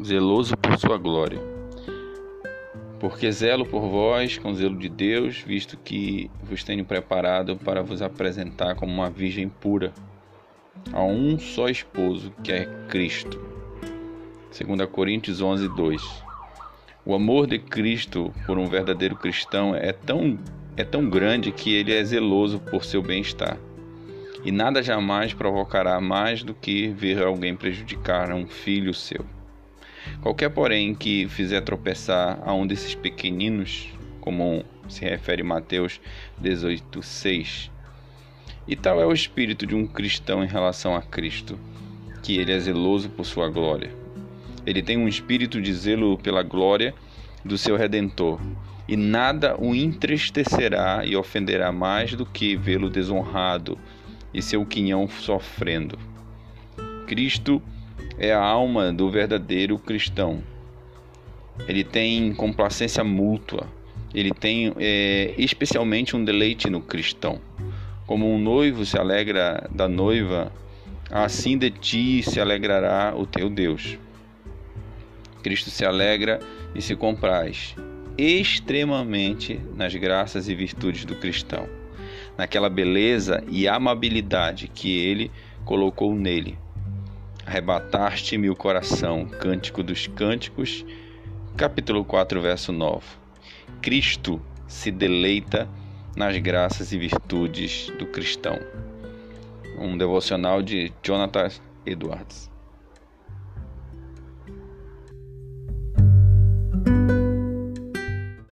zeloso por sua glória. Porque zelo por vós com zelo de Deus, visto que vos tenho preparado para vos apresentar como uma virgem pura, a um só esposo, que é Cristo. 2 Coríntios 11:2. O amor de Cristo por um verdadeiro cristão é tão grande que ele é zeloso por seu bem-estar. E nada jamais provocará mais do que ver alguém prejudicar um filho seu. Qualquer, porém, que fizer tropeçar a um desses pequeninos, como se refere Mateus 18:6, e tal é o espírito de um cristão em relação a Cristo, que ele é zeloso por sua glória. Ele tem um espírito de zelo pela glória do seu Redentor, e nada o entristecerá e ofenderá mais do que vê-lo desonrado e seu quinhão sofrendo. Cristo é a alma do verdadeiro cristão. Ele tem complacência mútua. Ele tem especialmente um deleite no cristão. Como um noivo se alegra da noiva, assim de ti se alegrará o teu Deus. Cristo se alegra e se compraz extremamente nas graças e virtudes do cristão, naquela beleza e amabilidade que ele colocou nele. Arrebataste-me o coração, Cântico dos Cânticos, capítulo 4, verso 9. Cristo se deleita nas graças e virtudes do cristão. Um devocional de Jonathan Edwards.